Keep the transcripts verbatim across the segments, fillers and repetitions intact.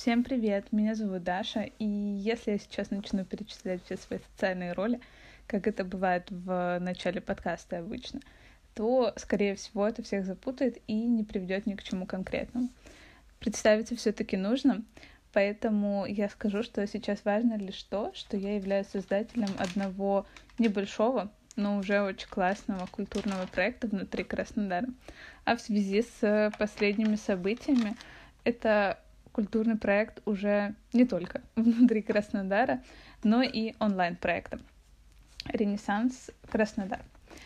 Всем привет, меня зовут Даша, и если я сейчас начну перечислять все свои социальные роли, как это бывает в начале подкаста обычно, то, скорее всего, это всех запутает и не приведет ни к чему конкретному. Представиться все-таки нужно, поэтому я скажу, что сейчас важно лишь то, что я являюсь создателем одного небольшого, но уже очень классного культурного проекта внутри Краснодара. А в связи с последними событиями это культурный проект уже не только внутри Краснодара, но и онлайн-проектом «Ренессанс Краснодар».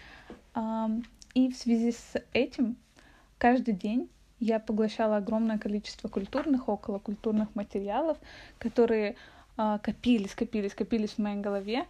И в связи с этим каждый день я поглощала огромное количество культурных, околокультурных материалов, которые копились, копились, копились в моей голове,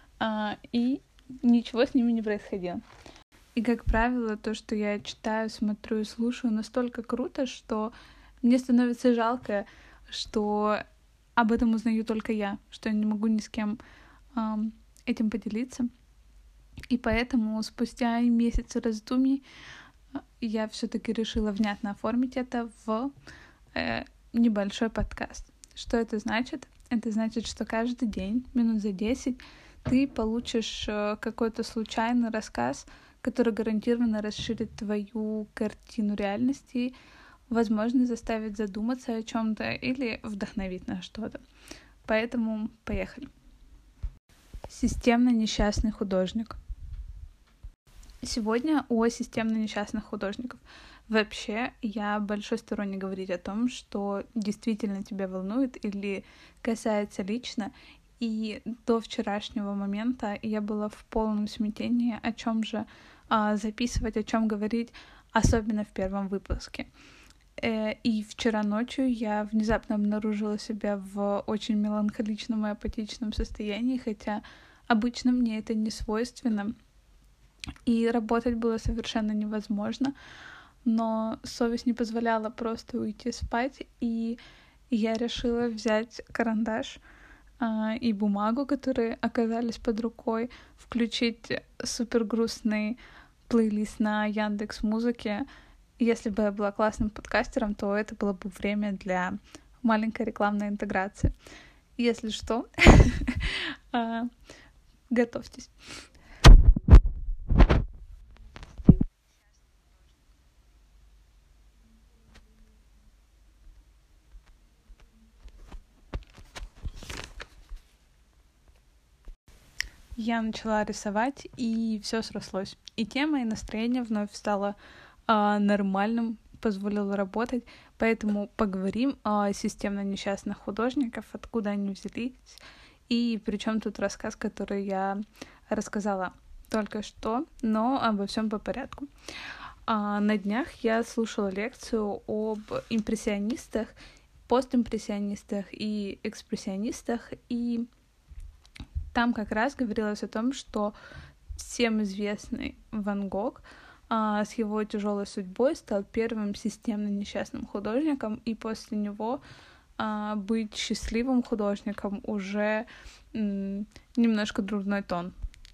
и ничего с ними не происходило. И, как правило, то, что я читаю, смотрю и слушаю, настолько круто, что мне становится жалко, что об этом узнаю только я, что я не могу ни с кем эм, этим поделиться. И поэтому спустя месяцы раздумий я все-таки решила внятно оформить это в э, небольшой подкаст. Что это значит? Это значит, что каждый день, минут за десять, ты получишь э, какой-то случайный рассказ, который гарантированно расширит твою картину реальности, возможно, заставит задуматься о чем-то или вдохновить на что-то. Поэтому поехали. Системно-несчастный художник. Сегодня о системно-несчастных художниках. Вообще, я большой сторонник говорить о том, что действительно тебя волнует или касается лично. И до вчерашнего момента я была в полном смятении, о чем же а, записывать, о чем говорить, особенно в первом выпуске. И вчера ночью я внезапно обнаружила себя в очень меланхоличном и апатичном состоянии, хотя обычно мне это не свойственно. И работать было совершенно невозможно, но совесть не позволяла просто уйти спать, и я решила взять карандаш а, и бумагу, которые оказались под рукой, включить супергрустный плейлист на Яндекс.Музыке. Если бы я была классным подкастером, то это было бы время для маленькой рекламной интеграции. Если что, готовьтесь. Я начала рисовать, и все срослось. И тема, и настроение вновь стало а, нормальным, позволило работать. Поэтому поговорим о системно несчастных художниках, откуда они взялись, и причем тут рассказ, который я рассказала только что, но обо всем по порядку. А, на днях я слушала лекцию об импрессионистах, постимпрессионистах и экспрессионистах, и там как раз говорилось о том, что всем известный Ван Гог а, с его тяжелой судьбой стал первым системно несчастным художником, и после него а, быть счастливым художником уже м, немножко дурной тон.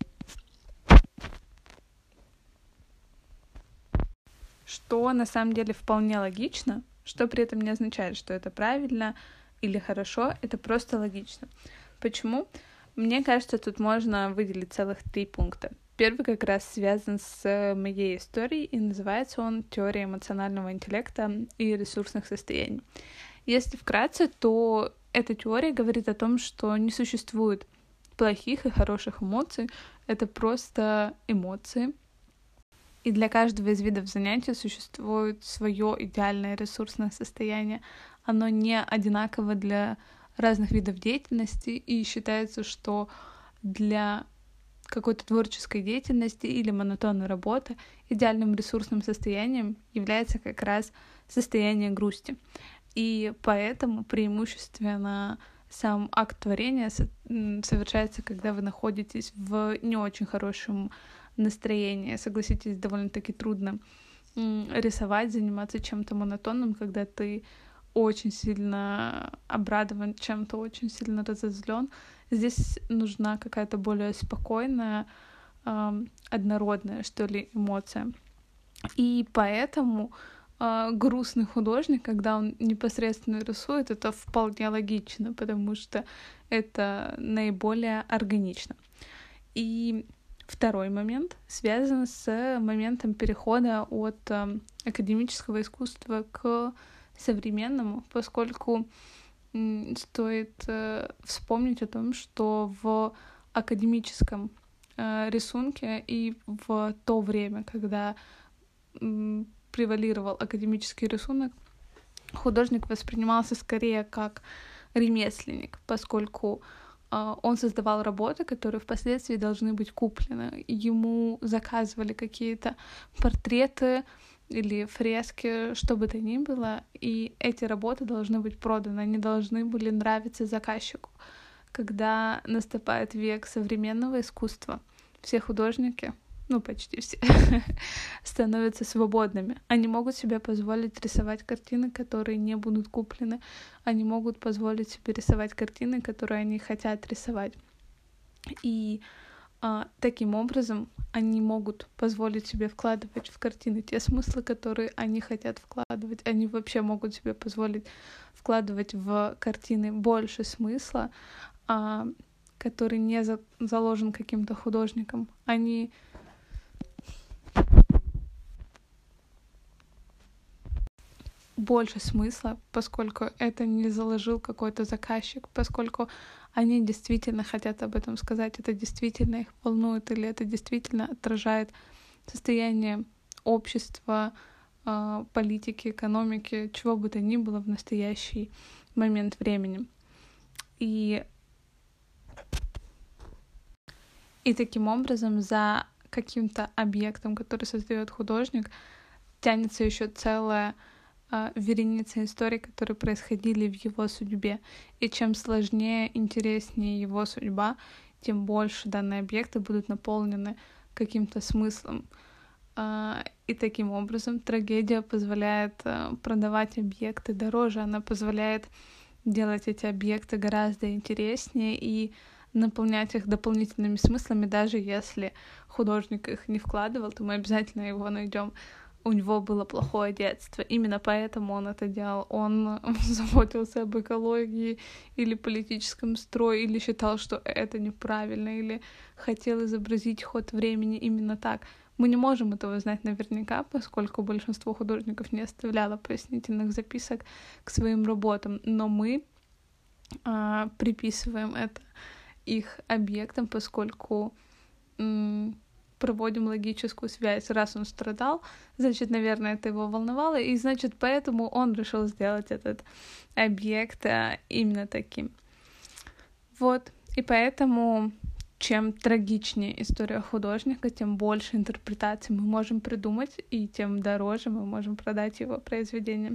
Что на самом деле вполне логично, что при этом не означает, что это правильно или хорошо, это просто логично. Почему? Мне кажется, тут можно выделить целых три пункта. Первый как раз связан с моей историей, и называется он «Теория эмоционального интеллекта и ресурсных состояний». Если вкратце, то эта теория говорит о том, что не существует плохих и хороших эмоций, это просто эмоции. И для каждого из видов занятий существует свое идеальное ресурсное состояние. Оно не одинаково для разных видов деятельности, и считается, что для какой-то творческой деятельности или монотонной работы идеальным ресурсным состоянием является как раз состояние грусти. И поэтому преимущественно сам акт творения совершается, когда вы находитесь в не очень хорошем настроении. Согласитесь, довольно-таки трудно рисовать, заниматься чем-то монотонным, когда ты очень сильно обрадован чем-то, очень сильно разозлен. Здесь нужна какая-то более спокойная, э, однородная, что ли, эмоция. И поэтому э, грустный художник, когда он непосредственно рисует, это вполне логично, потому что это наиболее органично. И второй момент связан с моментом перехода от э, академического искусства к современному, поскольку м, стоит э, вспомнить о том, что в академическом э, рисунке и в то время, когда м, превалировал академический рисунок, художник воспринимался скорее как ремесленник, поскольку э, он создавал работы, которые впоследствии должны быть куплены. Ему заказывали какие-то портреты или фрески, что бы то ни было, и эти работы должны быть проданы, они должны были нравиться заказчику. Когда наступает век современного искусства, все художники, ну почти все, становятся свободными. Они могут себе позволить рисовать картины, которые не будут куплены. Они могут позволить себе рисовать картины, которые они хотят рисовать. И а, таким образом они могут позволить себе вкладывать в картины те смыслы, которые они хотят вкладывать. Они вообще могут себе позволить вкладывать в картины больше смысла, а, который не за- заложен каким-то художником. Они больше смысла, поскольку это не заложил какой-то заказчик, поскольку они действительно хотят об этом сказать, это действительно их волнует, или это действительно отражает состояние общества, политики, экономики, чего бы то ни было в настоящий момент времени. И, и таким образом за каким-то объектом, который создает художник, тянется еще целая вереница историй, которые происходили в его судьбе. И чем сложнее, интереснее его судьба, тем больше данные объекты будут наполнены каким-то смыслом. И таким образом трагедия позволяет продавать объекты дороже, она позволяет делать эти объекты гораздо интереснее и наполнять их дополнительными смыслами, даже если художник их не вкладывал, то мы обязательно его найдем. У него было плохое детство, именно поэтому он это делал. Он заботился об экологии или политическом строе, или считал, что это неправильно, или хотел изобразить ход времени именно так. Мы не можем этого знать наверняка, поскольку большинство художников не оставляло пояснительных записок к своим работам, но мы а, приписываем это их объектам, поскольку м- проводим логическую связь. Раз он страдал, значит, наверное, это его волновало, и, значит, поэтому он решил сделать этот объект а, именно таким. Вот. И поэтому, чем трагичнее история художника, тем больше интерпретаций мы можем придумать, и тем дороже мы можем продать его произведение.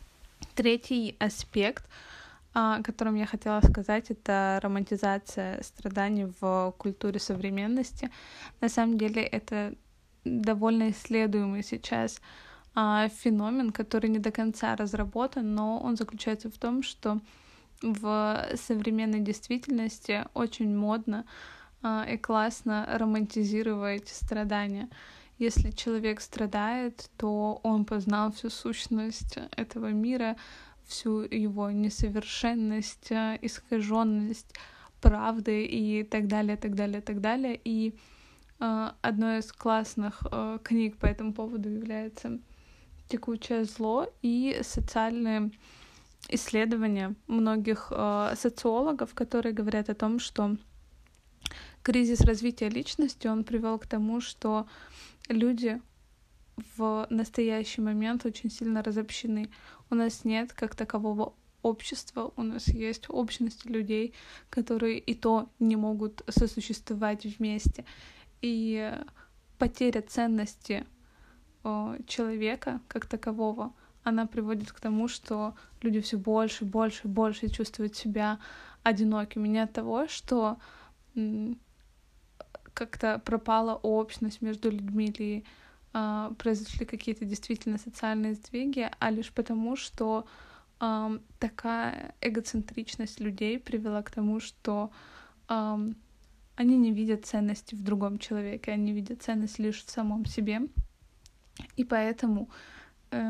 Третий аспект, о котором я хотела сказать, это романтизация страданий в культуре современности. На самом деле это довольно исследуемый сейчас а, феномен, который не до конца разработан, но он заключается в том, что в современной действительности очень модно а, и классно романтизировать страдания. Если человек страдает, то он познал всю сущность этого мира, всю его несовершенность, искаженность правды и так далее, так далее, так далее. И э, одной из классных э, книг по этому поводу является «Текучее зло» и социальные исследования многих э, социологов, которые говорят о том, что кризис развития личности, он привел к тому, что люди в настоящий момент очень сильно разобщены. У нас нет как такового общества, у нас есть общность людей, которые и то не могут сосуществовать вместе. И потеря ценности о, человека как такового, она приводит к тому, что люди все больше, больше, больше чувствуют себя одинокими. Не от того, что м- как-то пропала общность между людьми или Uh, произошли какие-то действительно социальные сдвиги, а лишь потому, что um, такая эгоцентричность людей привела к тому, что um, они не видят ценности в другом человеке, они видят ценность лишь в самом себе, и поэтому uh,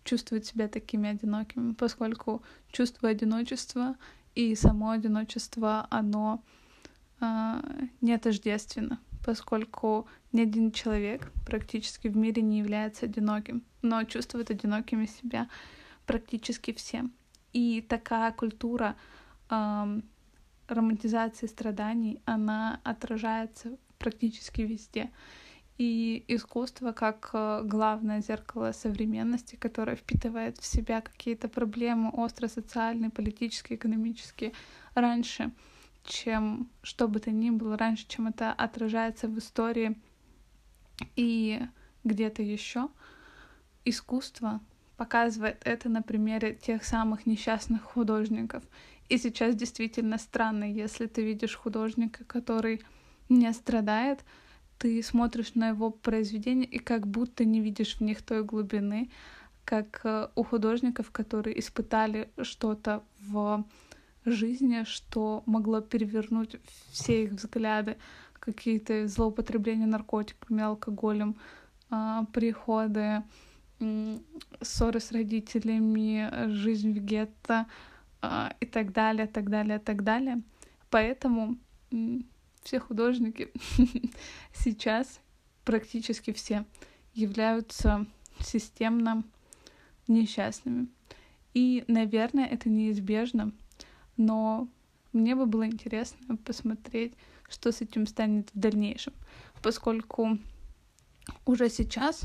чувствовать себя такими одинокими, поскольку чувство одиночества и само одиночество, оно э, не тождественно, поскольку ни один человек практически в мире не является одиноким, но чувствует одинокими себя практически все. И такая культура э, романтизации страданий, она отражается практически везде. И искусство как главное зеркало современности, которое впитывает в себя какие-то проблемы остро-социальные, политические, экономические, раньше, чем что бы то ни было, раньше, чем это отражается в истории и где-то еще. Искусство показывает это на примере тех самых несчастных художников. И сейчас действительно странно, если ты видишь художника, который не страдает, ты смотришь на его произведения и как будто не видишь в них той глубины, как у художников, которые испытали что-то в жизни, что могло перевернуть все их взгляды, какие-то злоупотребления наркотиками, алкоголем, приходы, ссоры с родителями, жизнь в гетто и так далее, так далее, так далее. Поэтому все художники сейчас, практически все, являются системно несчастными. И, наверное, это неизбежно, но мне бы было интересно посмотреть, что с этим станет в дальнейшем, поскольку уже сейчас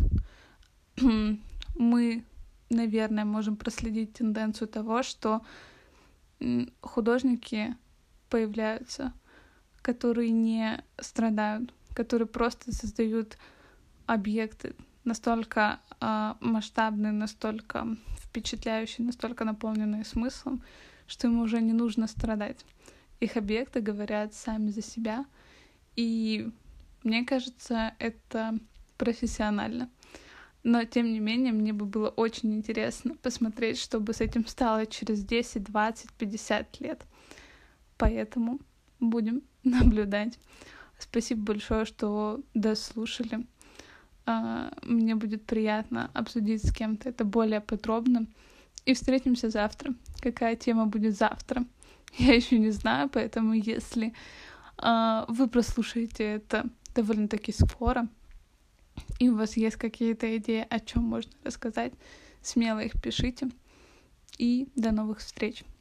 мы, наверное, можем проследить тенденцию того, что художники появляются, которые не страдают, которые просто создают объекты настолько э, масштабные, настолько впечатляющие, настолько наполненные смыслом, что им уже не нужно страдать. Их объекты говорят сами за себя, и мне кажется, это профессионально. Но, тем не менее, мне бы было очень интересно посмотреть, что бы с этим стало через десять, двадцать, пятьдесят лет. Поэтому будем наблюдать. Спасибо большое, что дослушали. Мне будет приятно обсудить с кем-то это более подробно. И встретимся завтра. Какая тема будет завтра, я еще не знаю, поэтому если вы прослушаете это довольно-таки скоро, и у вас есть какие-то идеи, о чем можно рассказать, смело их пишите. И до новых встреч!